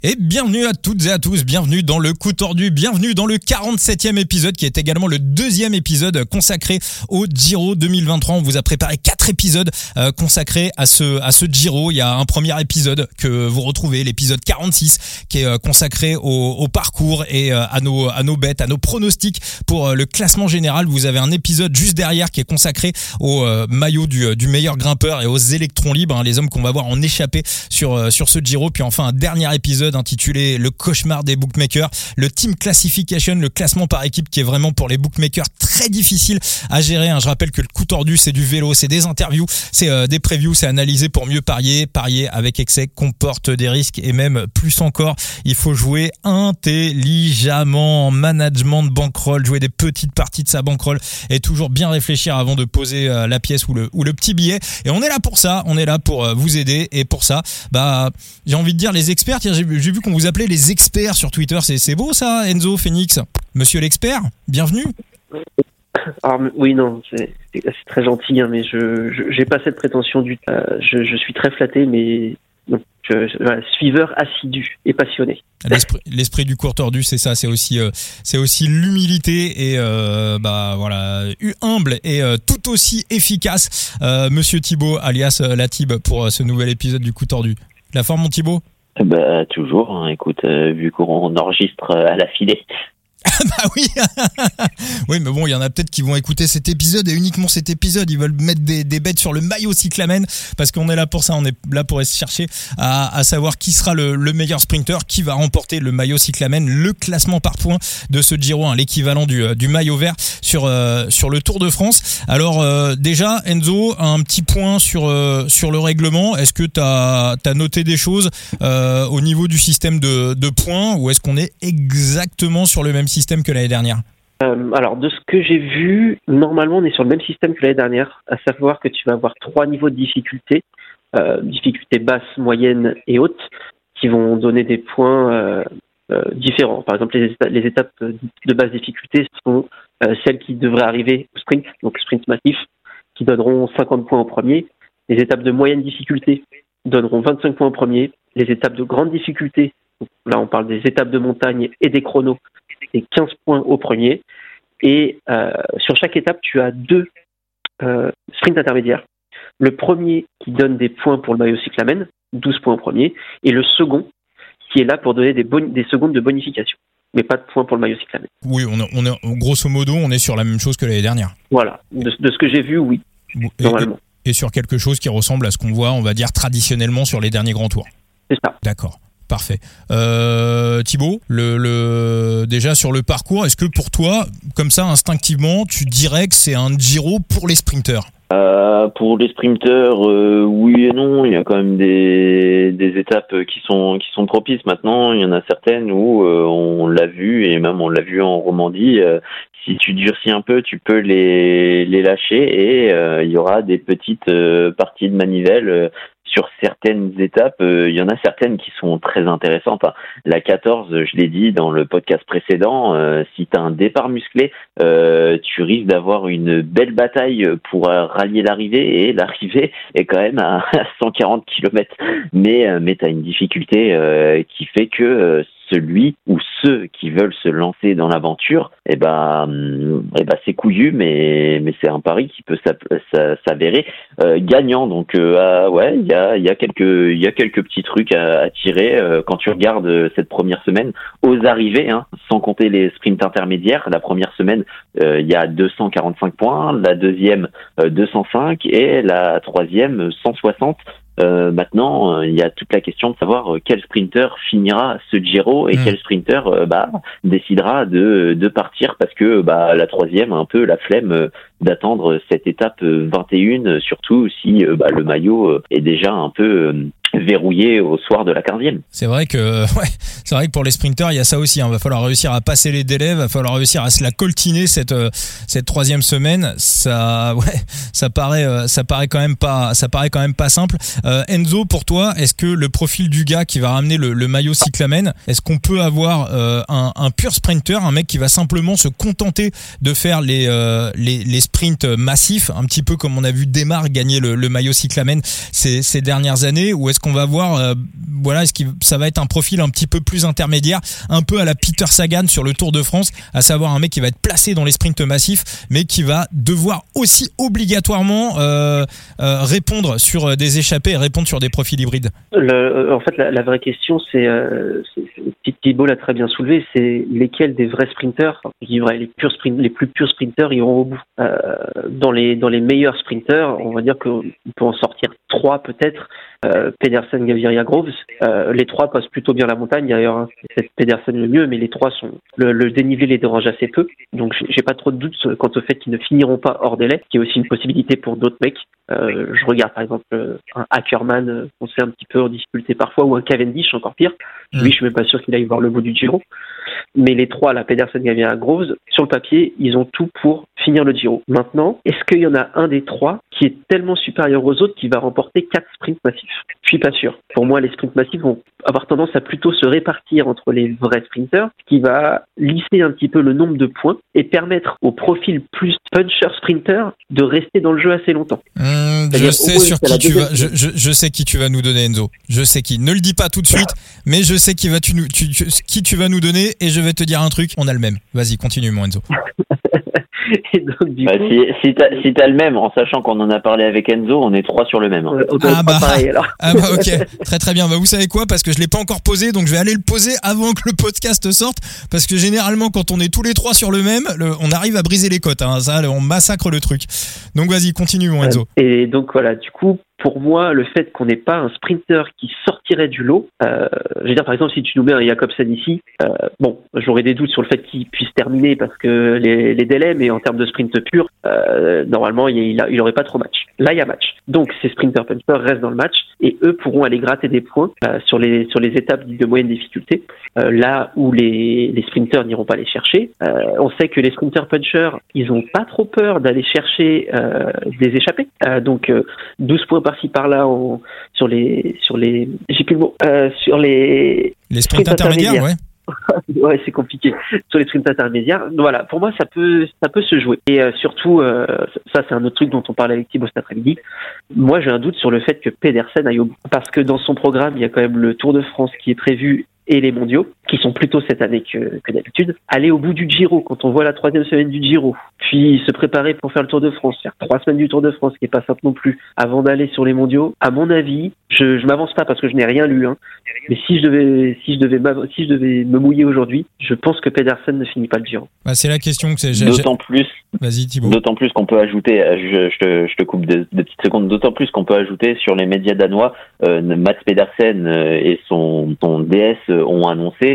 Et bienvenue à toutes et à tous, bienvenue dans le coup tordu, bienvenue dans le 47e épisode qui est également le deuxième épisode consacré au Giro 2023. On vous a préparé 4 épisodes consacrés à ce Giro. Il y a un premier épisode que vous retrouvez, l'épisode 46, qui est consacré au parcours et à nos bêtes, à nos pronostics pour le classement général. Vous avez un épisode juste derrière qui est consacré au maillot du meilleur grimpeur et aux électrons libres, les hommes qu'on va voir en échappée sur ce Giro. Puis enfin un dernier épisode intitulé Le cauchemar des bookmakers, le team classification, le classement par équipe qui est vraiment pour les bookmakers très difficile à gérer. Je rappelle que le coup tordu, c'est du vélo, c'est des interviews, c'est des previews, c'est analyser pour mieux parier. Parier avec excès comporte des risques et même plus encore, il faut jouer intelligemment en management de bankroll, jouer des petites parties de sa bankroll et toujours bien réfléchir avant de poser la pièce ou le petit billet. Et on est là pour ça, on est là pour vous aider. Et pour ça, j'ai envie de dire les experts. Tiens, j'ai vu qu'on vous appelait les experts sur Twitter. C'est beau ça, Enzo, Phoenix. Monsieur l'expert, bienvenue. Alors, oui, non, c'est très gentil, mais je j'ai pas cette prétention du tout. Je suis très flatté, mais donc, voilà, suiveur assidu et passionné. L'esprit du court tordu, c'est ça, c'est aussi l'humilité et voilà, humble et tout aussi efficace. Monsieur Thibaut, alias Latib, pour ce nouvel épisode du coup tordu. La forme, mon Thibaut? Toujours, écoute, vu qu'on enregistre à la filée. Bah oui. Oui, mais bon, il y en a peut-être qui vont écouter cet épisode et uniquement cet épisode. Ils veulent mettre des bêtes sur le maillot cyclamen parce qu'on est là pour ça. On est là pour chercher à savoir qui sera le meilleur sprinter, qui va remporter le maillot cyclamen, le classement par points de ce Giro, l'équivalent du maillot vert sur le Tour de France. Alors déjà, Enzo, un petit point sur le règlement. Est-ce que t'as noté des choses au niveau du système de points, ou est-ce qu'on est exactement sur le même système que l'année dernière? Alors, de ce que j'ai vu, normalement, on est sur le même système que l'année dernière, à savoir que tu vas avoir 3 niveaux de difficulté, difficulté basse, moyenne et haute, qui vont donner des points différents. Par exemple, les étapes de basse difficulté sont celles qui devraient arriver au sprint, donc sprint massif, qui donneront 50 points au premier. Les étapes de moyenne difficulté donneront 25 points au premier. Les étapes de grande difficulté, là on parle des étapes de montagne et des chronos, et 15 points au premier. Et sur chaque étape, tu as 2 sprints intermédiaires. Le premier qui donne des points pour le maillot cyclamen, 12 points au premier, et le second qui est là pour donner des secondes de bonification, mais pas de points pour le maillot cyclamen. Oui, on est grosso modo, on est sur la même chose que l'année dernière. Voilà, de ce que j'ai vu, oui, normalement. Et sur quelque chose qui ressemble à ce qu'on voit, on va dire, traditionnellement sur les derniers grands tours. C'est ça. D'accord. Parfait. Thibaut, déjà sur le parcours, est-ce que pour toi, comme ça, instinctivement, tu dirais que c'est un Giro pour les sprinteurs? Pour les sprinteurs, oui et non. Il y a quand même des étapes qui sont propices. Maintenant, il y en a certaines où on l'a vu, et même on l'a vu en Romandie. Si tu durcis un peu, tu peux les lâcher, et il y aura des petites parties de manivelle. Sur certaines étapes, il y en a certaines qui sont très intéressantes. La 14, je l'ai dit dans le podcast précédent, si tu as un départ musclé, tu risques d'avoir une belle bataille pour rallier l'arrivée, et l'arrivée est quand même à 140 km. Mais tu as une difficulté qui fait que celui ou ceux qui veulent se lancer dans l'aventure, c'est couillu, mais c'est un pari qui peut s'avérer gagnant. Donc il y a quelques petits trucs à tirer quand tu regardes cette première semaine aux arrivées, sans compter les sprints intermédiaires. La première semaine, il y a 245 points, la deuxième 205 et la troisième 160. Maintenant, il y a toute la question de savoir quel sprinter finira ce Giro et quel sprinter décidera de partir, parce que la troisième a un peu la flemme d'attendre cette étape 21, surtout si le maillot est déjà un peu verrouillé au soir de la 15e. C'est vrai que pour les sprinters, il y a ça aussi. Va falloir réussir à passer les délais, va falloir réussir à se la coltiner cette troisième semaine. Ça paraît quand même pas simple. Enzo, pour toi, est-ce que le profil du gars qui va ramener le maillot cyclamen, est-ce qu'on peut avoir un pur sprinter, un mec qui va simplement se contenter de faire les sprints massifs, un petit peu comme on a vu Démar gagner le maillot cyclamen ces dernières années, ou est-ce qu'on va voir, est-ce que ça va être un profil un petit peu plus intermédiaire, un peu à la Peter Sagan sur le Tour de France, à savoir un mec qui va être placé dans les sprints massifs, mais qui va devoir aussi obligatoirement répondre sur des échappées et répondre sur des profils hybrides. En fait, la vraie question, c'est Thibaut l'a très bien soulevé, c'est lesquels des vrais sprinteurs, les plus purs sprinteurs iront au bout. Dans les meilleurs sprinteurs, on va dire qu'on peut en sortir 3 peut-être. Pedersen, Gaviria, Groves. Les 3 passent plutôt bien la montagne. D'ailleurs, c'est Pedersen le mieux, mais les 3 sont le dénivelé les dérange assez peu. Donc, j'ai pas trop de doutes quant au fait qu'ils ne finiront pas hors délai, qui est aussi une possibilité pour d'autres mecs. Je regarde par exemple un Ackermann, on sait un petit peu en difficulté parfois, ou un Cavendish, encore pire. Lui, je suis même pas sûr qu'il aille voir le bout du Giro. Mais les 3, la Pedersen, Gaviria, Groves, sur le papier, ils ont tout pour finir le Giro. Maintenant, est-ce qu'il y en a un des 3 qui est tellement supérieur aux autres qui va remporter 4 sprints massifs? Je suis pas sûr. Pour moi, les sprints massifs vont avoir tendance à plutôt se répartir entre les vrais sprinters, ce qui va lisser un petit peu le nombre de points et permettre aux profils plus puncher sprinter de rester dans le jeu assez longtemps. Je sais qui tu vas nous donner, Enzo. Je sais qui. Ne le dis pas tout de suite, mais je sais qui tu vas nous donner, et je vais te dire un truc. On a le même. Vas-y, continue, mon Enzo. Et donc, si t'as le même, en sachant qu'on en a parlé avec Enzo, on est 3 sur le même. Pareil, alors. Ok, très bien. Vous savez quoi, parce que je l'ai pas encore posé, donc je vais aller le poser avant que le podcast sorte, parce que généralement quand on est tous les 3 sur le même, on arrive à briser les cotes, ça, on massacre le truc. Donc vas-y, continue, mon Enzo. Et donc voilà, du coup, pour moi, le fait qu'on n'ait pas un sprinter qui sortirait du lot, je veux dire, par exemple, si tu nous mets un Jakobsen ici, j'aurais des doutes sur le fait qu'il puisse terminer parce que les délais, mais en termes de sprint pur, normalement, il aurait pas trop match. Là, il y a match. Donc, ces sprinter punchers restent dans le match et eux pourront aller gratter des points sur les étapes de moyenne difficulté, là où les sprinters n'iront pas les chercher. On sait que les sprinter punchers, ils ont pas trop peur d'aller chercher des échappées. Donc, 12 points par-ci par-là sur les j'ai plus le mot, sur les sprints intermédiaires, ouais. Ouais, c'est compliqué. Sur les sprints intermédiaires, voilà, pour moi ça peut se jouer. Et surtout, ça c'est un autre truc dont on parlait avec Thibaut cet après-midi. Moi j'ai un doute sur le fait que Pedersen aille au bout, parce que dans son programme il y a quand même le Tour de France qui est prévu et les mondiaux, qui sont plutôt cette année que d'habitude. Aller au bout du Giro, quand on voit la 3e semaine du Giro, puis se préparer pour faire le Tour de France, faire 3 semaines du Tour de France, qui est pas simple non plus, avant d'aller sur les mondiaux, à mon avis, je m'avance pas parce que je n'ai rien lu, mais si je devais me mouiller aujourd'hui, je pense que Pedersen ne finit pas le Giro. Bah, c'est la question que c'est. D'autant plus. Vas-y, Thibaut. D'autant plus qu'on peut ajouter, je te coupe de petites secondes, d'autant plus qu'on peut ajouter sur les médias danois, Mats Pedersen et son DS ont annoncé,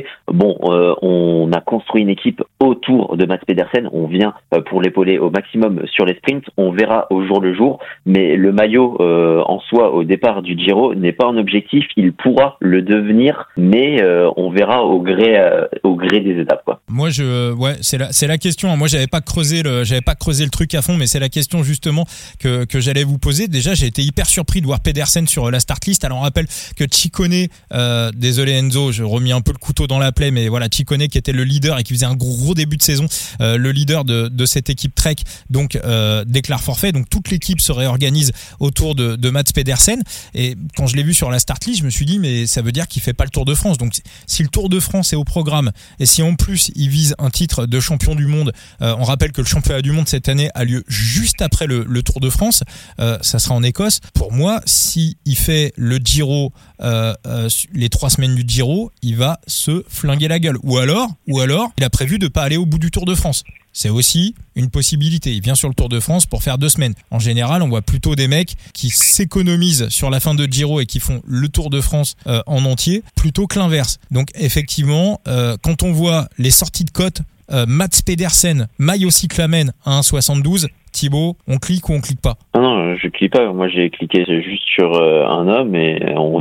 on a construit une équipe autour de Mats Pedersen, on vient pour l'épauler au maximum sur les sprints, on verra au jour le jour, mais le maillot en soi au départ du Giro n'est pas un objectif, il pourra le devenir, mais on verra au gré des étapes, quoi. Moi c'est la question. Moi j'avais pas creusé le truc à fond, mais c'est la question justement que j'allais vous poser. Déjà, j'ai été hyper surpris de voir Pedersen sur la start list. Alors on rappelle que Ciccone, désolé Enzo, je remis un peu le couteau dans la plaie, mais voilà, Ciccone qui était le leader et qui faisait un gros début de saison, le leader de cette équipe Trek, donc déclare forfait. Donc toute l'équipe se réorganise autour de Mats Pedersen. Et quand je l'ai vu sur la start list, je me suis dit mais ça veut dire qu'il fait pas le Tour de France. Donc si le Tour de France est au programme et si en plus il vise un titre de champion du monde, on rappelle que le championnat du monde cette année a lieu juste après le Tour de France, ça sera en Écosse. Pour moi, si il fait le Giro, les 3 semaines du Giro, il va se flinguer la gueule. Ou alors, il a prévu de pas aller au bout du Tour de France. C'est aussi une possibilité. Il vient sur le Tour de France pour faire 2 semaines. En général, on voit plutôt des mecs qui s'économisent sur la fin de Giro et qui font le Tour de France en entier, plutôt que l'inverse. Donc effectivement, quand on voit les sorties de côte, Mats Pedersen, maillot cyclamen à 1,72, Thibaut, on clique ou on clique pas? Non, je clique pas. Moi, j'ai cliqué juste sur un homme et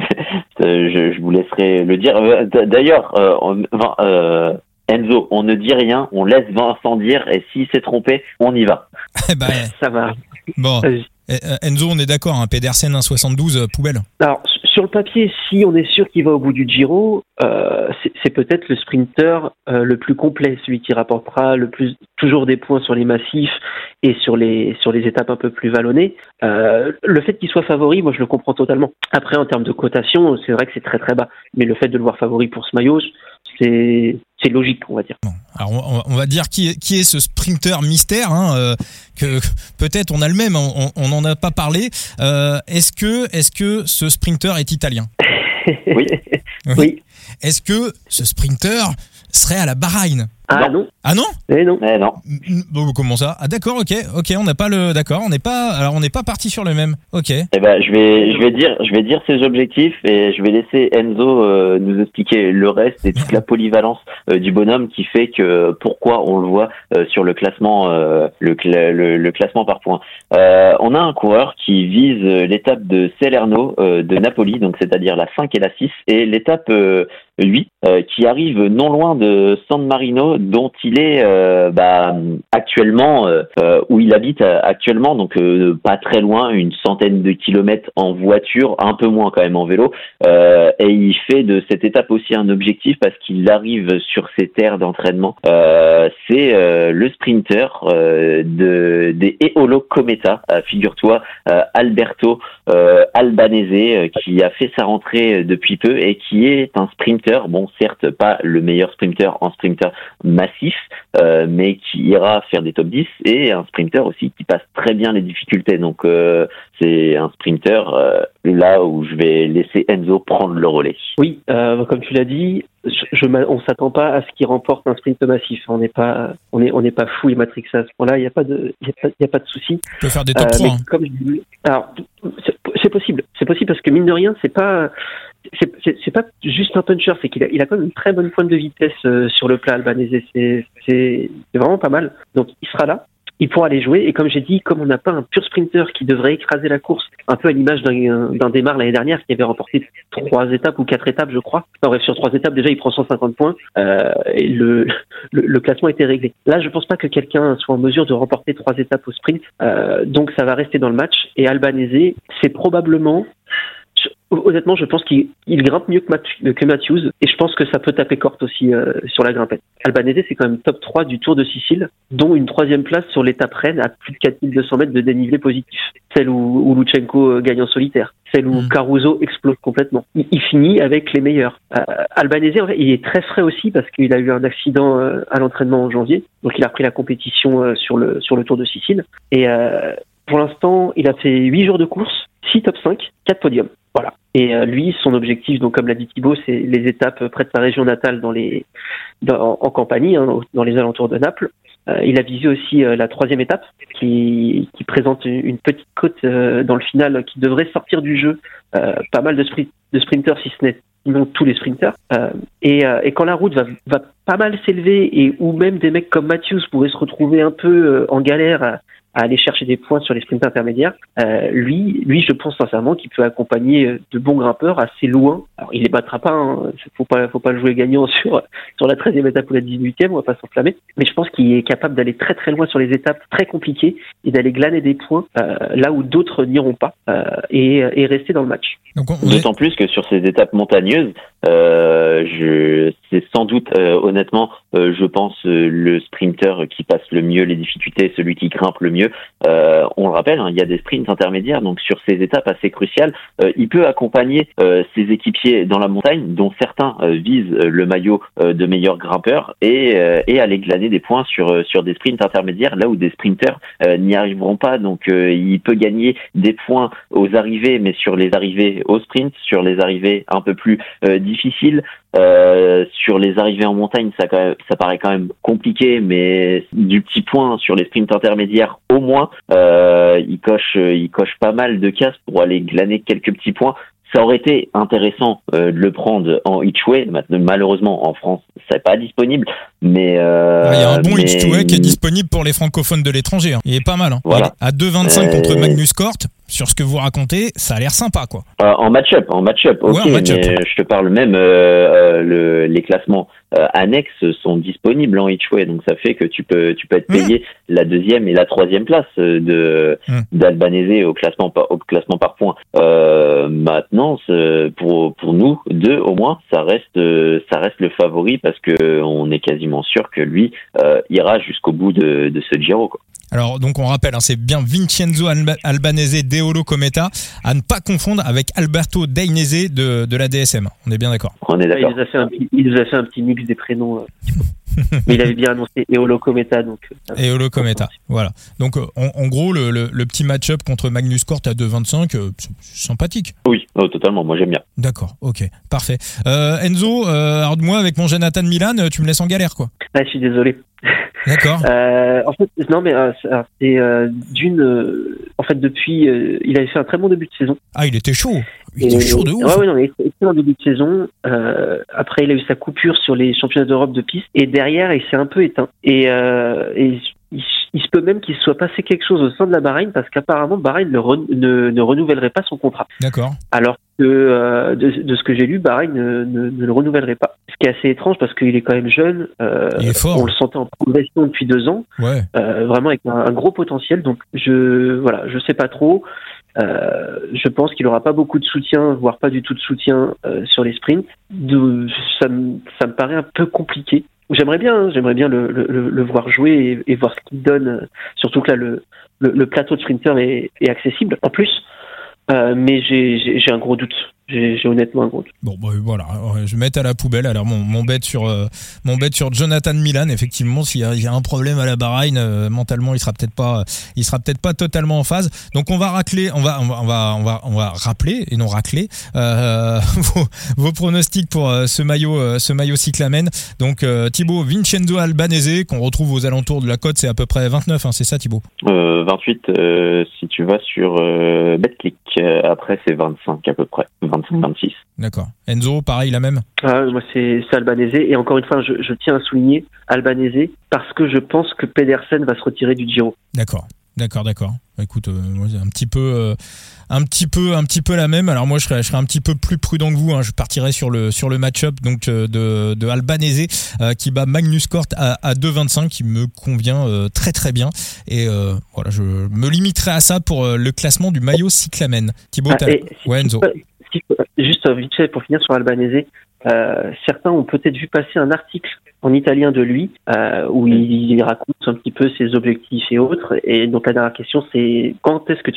je vous laisserai le dire. D'ailleurs, Enzo, on ne dit rien, on laisse Vincent dire et s'il s'est trompé, on y va. Ça va. Bon. Enzo, on est d'accord, Pedersen 1,72, poubelle. Alors, sur le papier, si on est sûr qu'il va au bout du Giro, c'est peut-être le sprinter le plus complet, celui qui rapportera toujours des points sur les massifs et sur les étapes un peu plus vallonnées. Le fait qu'il soit favori, moi je le comprends totalement. Après, en termes de cotation, c'est vrai que c'est très très bas, mais le fait de le voir favori pour ce maillot, c'est logique, on va dire. Bon, alors on va dire qui est ce sprinter mystère, que peut-être on a le même, on n'en a pas parlé. Est-ce que ce sprinter est italien? Oui. Oui. Est-ce que ce sprinter serait à la Bahreïn? Ah non. Ah non? Non. Non. Bon, comment ça? Ah d'accord, ok, on n'a pas d'accord, on n'est pas parti sur le même. Ok. Eh ben, je vais dire ses objectifs et je vais laisser Enzo nous expliquer le reste et toute la polyvalence du bonhomme qui fait que pourquoi on le voit sur le classement, le classement par points. On a un coureur qui vise l'étape de Salerno de Napoli, donc c'est-à-dire la 5 et la 6, et l'étape 8 qui arrive non loin de San Marino, dont il est actuellement où il habite actuellement, donc pas très loin, une centaine de kilomètres en voiture, un peu moins quand même en vélo, et il fait de cette étape aussi un objectif parce qu'il arrive sur ses terres d'entraînement. C'est le sprinter des Eolo Cometa, figure-toi, Alberto Albanese, qui a fait sa rentrée depuis peu et qui est un sprinter, bon certes pas le meilleur sprinter en sprinter massif, mais qui ira faire des top 10 et un sprinter aussi qui passe très bien les difficultés. Donc c'est un sprinter là où je vais laisser Enzo prendre le relais. Oui, comme tu l'as dit, on s'attend pas à ce qu'il remporte un sprint massif. On n'est pas fou et matrixé à ce point-là. Il y a pas de souci. Tu peux faire des top 3. Comme je dis, alors c'est possible. C'est possible parce que mine de rien, c'est pas juste un puncher, c'est qu'il a quand même une très bonne pointe de vitesse sur le plat Albanese. C'est vraiment pas mal. Donc il sera là. Il pourra aller jouer, et comme j'ai dit, comme on n'a pas un pur sprinter qui devrait écraser la course, un peu à l'image d'un démarre l'année dernière qui avait remporté 3 étapes ou 4 étapes, je crois. Non, bref, sur 3 étapes, déjà, il prend 150 points, et le classement était réglé. Là, je pense pas que quelqu'un soit en mesure de remporter 3 étapes au sprint, donc ça va rester dans le match, et Albanese, c'est probablement... Honnêtement, je pense qu'il grimpe mieux que Matthews, et je pense que ça peut taper corte aussi sur la grimpette. Albanese, c'est quand même top 3 du Tour de Sicile, dont une 3e place sur l'étape Rennes à plus de 4200 mètres de dénivelé positif. Celle où Lutsenko gagne en solitaire. Celle où Caruso explose complètement. Il finit avec les meilleurs. Albanese, en fait, il est très frais aussi parce qu'il a eu un accident à l'entraînement en janvier. Donc il a repris la compétition sur le Tour de Sicile. Et pour l'instant, il a fait 8 jours de course, 6 top 5, 4 podiums. Voilà. Et lui, son objectif, donc comme l'a dit Thibaut, c'est les étapes près de sa région natale en Campanie, dans les alentours de Naples. Il a visé aussi la 3e étape qui présente une petite côte dans le final qui devrait sortir du jeu pas mal de sprinters, si ce n'est sinon tous les sprinters. Et quand la route va pas mal s'élever et où même des mecs comme Matthews pourraient se retrouver un peu en galère à aller chercher des points sur les sprints intermédiaires, lui, je pense sincèrement qu'il peut accompagner de bons grimpeurs assez loin. Alors, il les battra pas, faut pas le jouer gagnant sur la 13e étape ou la 18e, on va pas s'enflammer. Mais je pense qu'il est capable d'aller très très loin sur les étapes très compliquées et d'aller glaner des points là où d'autres n'iront pas et rester dans le match. D'autant plus que sur ces étapes montagneuses, c'est sans doute honnêtement, je pense le sprinter qui passe le mieux les difficultés, celui qui grimpe le mieux. On le rappelle, il y a des sprints intermédiaires, donc sur ces étapes assez cruciales, il peut accompagner ses équipiers dans la montagne, dont certains visent le maillot de meilleur grimpeur et aller glaner des points sur des sprints intermédiaires, là où des sprinters n'y arriveront pas. Donc il peut gagner des points aux arrivées, mais sur les arrivées au sprint, sur les arrivées un peu plus difficiles. Sur les arrivées en montagne, ça paraît quand même compliqué, mais du petit point sur les sprints intermédiaires, au moins, il coche pas mal de cases pour aller glaner quelques petits points. Ça aurait été intéressant de le prendre en Hitchway. Malheureusement, en France, c'est pas disponible. Mais il y a un bon Hitchway qui est disponible pour les francophones de l'étranger. Il est pas mal. Voilà. À 2,25 contre Magnus Cort. sur ce que vous racontez, ça a l'air sympa, quoi. En match-up, ok, Ouais, en match-up. mais je te parle même, les classements annexes sont disponibles en each way, donc ça fait que tu peux être payé la deuxième et la troisième place d'Albanese au classement par points. Maintenant, pour nous deux au moins, ça reste le favori parce que on est quasiment sûr que lui ira jusqu'au bout de ce Giro, quoi. Alors, donc, on rappelle, c'est bien Vincenzo Albanese d'Eolo Cometa, à ne pas confondre avec Alberto Dainese de la DSM. On est bien d'accord? On est d'accord. Il nous a fait un petit mix des prénoms. Mais il avait bien annoncé Eolo Cometa, donc. Eolo Cometa, voilà. Donc, en gros, le petit match-up contre Magnus Cort à 2,25, c'est sympathique. Oui, totalement. Moi, j'aime bien. D'accord, ok, parfait. Enzo, alors moi, avec mon Jonathan Milan, tu me laisses en galère, quoi. Ah, je suis désolé. D'accord. En fait, non, mais c'est en fait, depuis, il avait fait un très bon début de saison. Ah, il était chaud. Il était chaud de ouf. Ouais, non, il était excellent début de saison. Après, il a eu sa coupure sur les championnats d'Europe de piste. Et derrière, il s'est un peu éteint. Et il se peut même qu'il se soit passé quelque chose au sein de la Bahreïn, parce qu'apparemment, Bahreïn ne renouvellerait pas son contrat. D'accord. Alors que, de ce que j'ai lu, Bahreïn ne le renouvellerait pas. Ce qui est assez étrange, parce qu'il est quand même jeune. Il est fort. On le sentait en progression depuis 2 ans. Ouais. Vraiment avec un gros potentiel. Donc, je sais pas trop. Je pense qu'il aura pas beaucoup de soutien, voire pas du tout de soutien sur les sprints. Ça me paraît un peu compliqué. J'aimerais bien le voir jouer et voir ce qu'il donne. Surtout que là, le plateau de sprinter est accessible en plus. Mais j'ai un gros doute. J'ai honnêtement un gros doute. Bon, bah, voilà, je vais mettre à la poubelle. Alors mon bet sur Jonathan Milan. Effectivement, s'il y a un problème à la Bahreïn, mentalement, il sera peut-être pas totalement en phase. Donc on va rappeler et non racler vos pronostics pour ce maillot cyclamen. Donc Thibaut, Vincenzo Albanese, qu'on retrouve aux alentours de la cote, c'est à peu près 29, hein, c'est ça Thibaut? 28 si tu vas sur BetClick. Après c'est 25 à peu près. 25-26. D'accord. Enzo, pareil, la même? Moi, c'est Albanese. Et encore une fois, je tiens à souligner Albanese parce que je pense que Pedersen va se retirer du Giro. D'accord. Écoute, moi, c'est un petit peu la même. Alors moi, je serais un petit peu plus prudent que vous, hein. Je partirais sur le match-up donc de Albanese qui bat Magnus Cort à 2,25, qui me convient très très bien. Et voilà, je me limiterai à ça pour le classement du maillot cyclamen. Thibaut, Enzo. Juste vite fait pour finir sur Albanese, certains ont peut-être vu passer un article en italien de lui où il raconte un petit peu ses objectifs et autres. Et donc la dernière question, c'est quand est-ce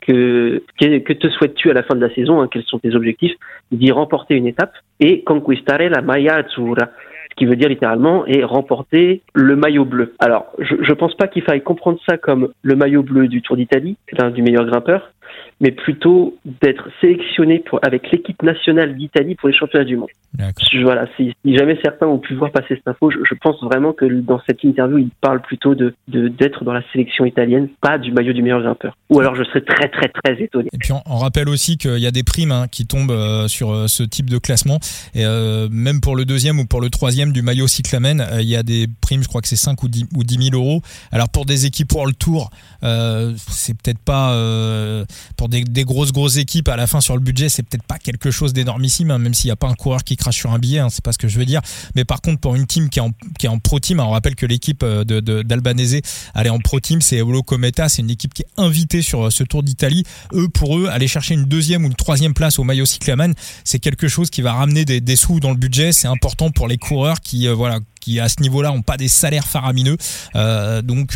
que te souhaites-tu à la fin de la saison, hein, quels sont tes objectifs? Il dit remporter une étape et conquistare la maglia azzurra, ce qui veut dire littéralement et remporter le maillot bleu. Alors je pense pas qu'il faille comprendre ça comme le maillot bleu du Tour d'Italie, du meilleur grimpeur, mais plutôt d'être sélectionné avec l'équipe nationale d'Italie pour les championnats du monde. Voilà, si jamais certains ont pu voir passer cette info, je pense vraiment que dans cette interview, il parle plutôt d'être dans la sélection italienne, pas du maillot du meilleur grimpeur. Ou alors je serais très très très étonné. Et puis on rappelle aussi qu'il y a des primes qui tombent sur ce type de classement. Et même pour le deuxième ou pour le troisième du maillot cyclamen, il y a des primes, je crois que c'est 5 ou 10 000 euros. Alors pour des équipes World Tour, c'est peut-être pas... pour des grosses équipes à la fin sur le budget, c'est peut-être pas quelque chose d'énormissime, hein, même s'il n'y a pas un coureur qui crache sur un billet, hein, c'est pas ce que je veux dire. Mais par contre, pour une team qui est en pro team, hein, on rappelle que l'équipe d'Albanese, elle est en pro team, c'est Eolo Cometa, c'est une équipe qui est invitée sur ce Tour d'Italie. Pour eux, aller chercher une deuxième ou une troisième place au maillot cyclamen, c'est quelque chose qui va ramener des sous dans le budget. C'est important pour les coureurs qui à ce niveau-là ont pas des salaires faramineux. Donc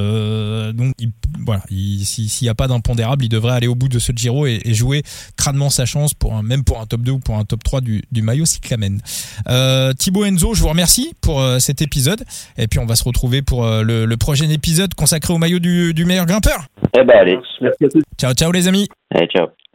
s'il y a pas d'impondérable, il devrait aller au bout de ce Giro et jouer crânement sa chance même pour un top 2 ou pour un top 3 du maillot cyclamen. Thibaut, Enzo, je vous remercie pour cet épisode et puis on va se retrouver pour le prochain épisode consacré au maillot du meilleur grimpeur. Eh ben allez. Merci à tous. Ciao les amis. Allez, ciao.